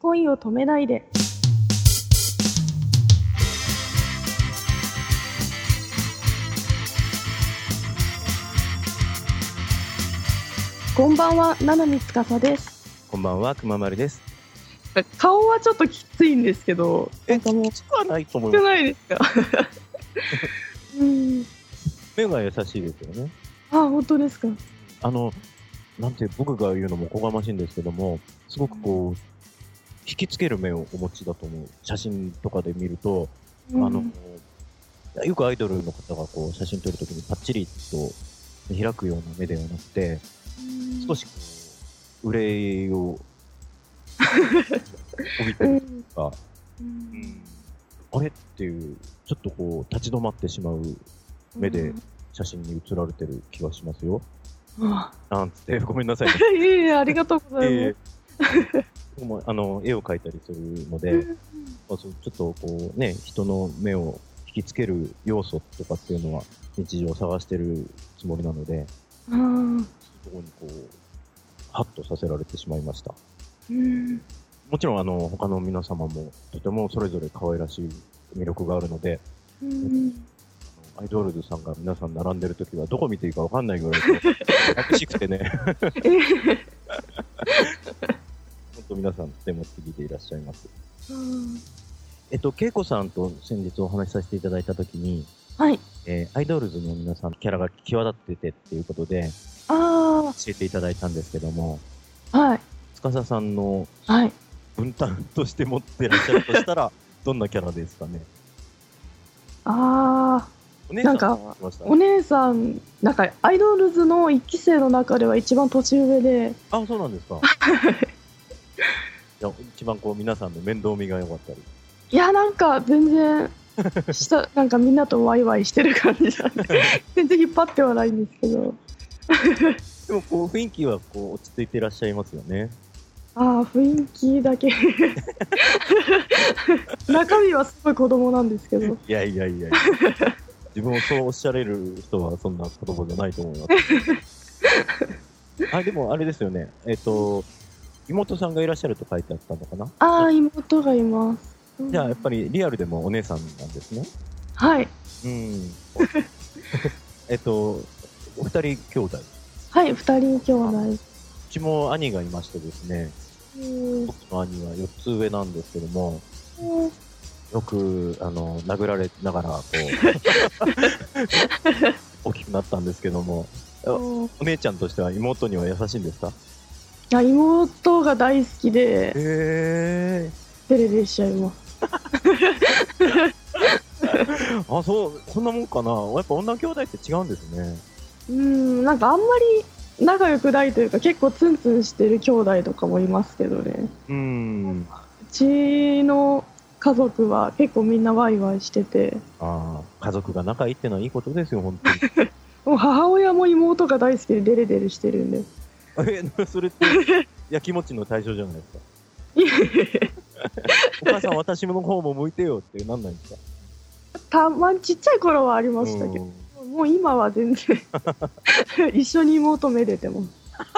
恋を止めないで。こんばんは、七海司です。 こんばんは、くままるです。 顔はちょっときついんですけど、 なんかもうきつくはないと思います。 きつくないですか目が優しいですよね。 あ、本当ですか。 なんて僕が言うのもこがましいんですけども、すごくこう、引きつける目をお持ちだと思う。写真とかで見ると、よくアイドルの方がこう写真撮るときにパッチリと開くような目ではなくて、少しこう、憂いを帯びてるというか、あれっていう、ちょっとこう、立ち止まってしまう目で写真に写られてる気がしますよ。なんつって、ごめんなさい、ね。 いえいえ、ありがとうございます。 僕も絵を描いたりするので、ちょっとこうね、人の目を引きつける要素とかっていうのは日常探してるつもりなので、そこにこう、ハッとさせられてしまいました。もちろん他の皆様もとてもそれぞれ可愛らしい魅力があるので、アイドルズさんが皆さん並んでるときはどこ見ていいかわかんないぐらい眩しくてね。本当皆さんとても素敵でいらっしゃいます。恵子さんと先日お話しさせていただいたときに、 はい。 アイドルズの皆さんキャラが際立っててっていうことで、教えていただいたんですけども、 はい。 司さんの分担として持ってらっしゃるとしたら、どんなキャラですかね。なんかお姉さん、なんかアイドルズの1期生の中では一番年上で。 あ、そうなんですか。一番こう皆さんの面倒見が良かったり。 いや、なんか全然なんかみんなとワイワイしてる感じなんで全然引っ張ってはないんですけど。 でもこう雰囲気はこう落ち着いていらっしゃいますよね。 雰囲気だけ中身はすごい子供なんですけど。 いや自分をそうおっしゃれる人はそんな子供じゃないと思います。でもあれですよね。妹さんがいらっしゃると書いてあったのかな。 妹がいます。 じゃあやっぱりリアルでもお姉さんなんですね。 はい。 お二人兄弟。 はい、二人兄弟。 うちも兄がいましてですね。僕の兄は4つ上なんですけども、よく殴られながらこう大きくなったんですけども、お姉ちゃんとしては妹には優しいんですか？ 妹が大好きで、デレデレしちゃいます。 そんなもんかな。やっぱ女兄弟って違うんですね。 なんかあんまり仲良くないというか、結構ツンツンしてる兄弟とかもいますけどね。うちの家族は結構みんなワイワイしてて。 家族が仲いいってのはいいことですよ、本当に。 もう母親も妹が大好きでデレデレしてるんで。 それってやきもちの対象じゃないですか。お母さん、私の方も向いてよってなんないんですか？ たまにちっちゃい頃はありましたけど、もう今は全然一緒に妹めでても。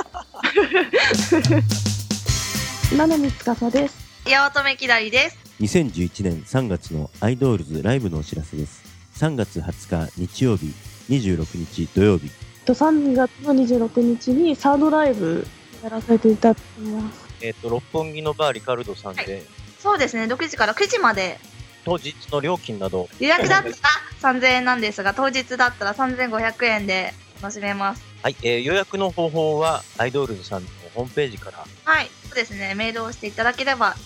七海司です。 八乙女きだりです。 2011年3月のアイドルズライブのお知らせです。3月20日日曜日、26日土曜日。 3月の26日にサードライブやらせていただきます。 六本木のバーリカルドさんで、 そうですね、6時から9時まで。 当日の料金など、 予約だったら3000円なんですが、当日だったら3500円で楽しめます。 はい、予約の方法はアイドルズさんのホームページから、 はい、そうですね、メールをしていただければ、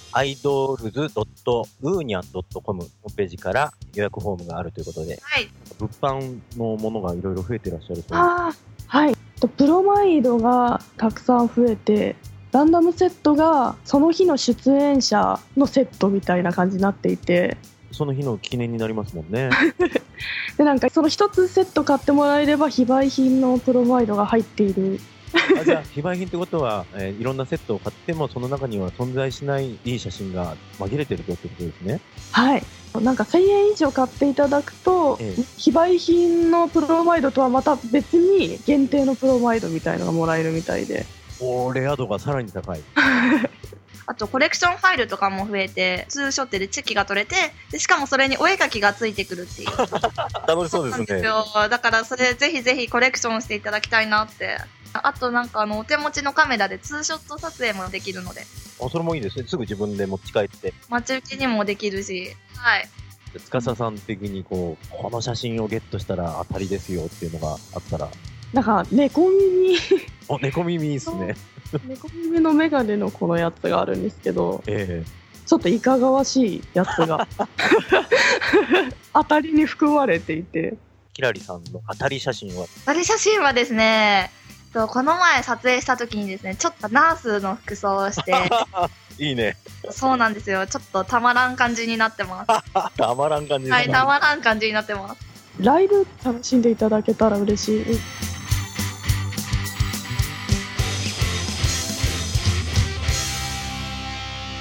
idolz.union.com ホームページから予約フォームがあるということで、物販のものがいろいろ増えてらっしゃるそうです。 はい、プロマイドがたくさん増えて、ランダムセットがその日の出演者のセットみたいな感じになっていて、 その日の記念になりますもんね。 でなんかその一つセット買ってもらえれば非売品のプロマイドが入っている。 じゃあ非売品ってことは、いろんなセットを買ってもその中には存在しないいい写真が紛れてるとってことですね。 はい、なんか1000円以上買っていただくと、非売品のプロマイドとはまた別に限定のプロマイドみたいなのがもらえるみたいで、 レア度がさらに高い。 あとコレクションファイルとかも増えて、ツーショットでチェキが取れて、でしかもそれにお絵描きがついてくるっていう。 楽しそうですね。そうなんですよ。 だからそれぜひぜひコレクションしていただきたいなって。あとなんかお手持ちのカメラでツーショット撮影もできるので。 あ、それもいいですね。すぐ自分で持ち帰って。 待ち受けにもできるし。はい。 司さん的にこの写真をゲットしたら当たりですよっていうのがあったら。 なんか猫耳猫耳いいっすね。 猫耳のメガネのこのやつがあるんですけど、ちょっといかがわしいやつが当たりに含まれていて。 キラリさんの当たり写真はですね、この前撮影した時にですね、ちょっとナースの服装をしていいね。 そうなんですよ。ちょっとたまらん感じになってます。 たまらん感じ。 はい、たまらん感じになってます。 ライブ楽しんでいただけたら嬉しい。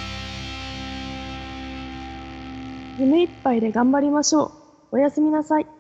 夢いっぱいで頑張りましょう。おやすみなさい。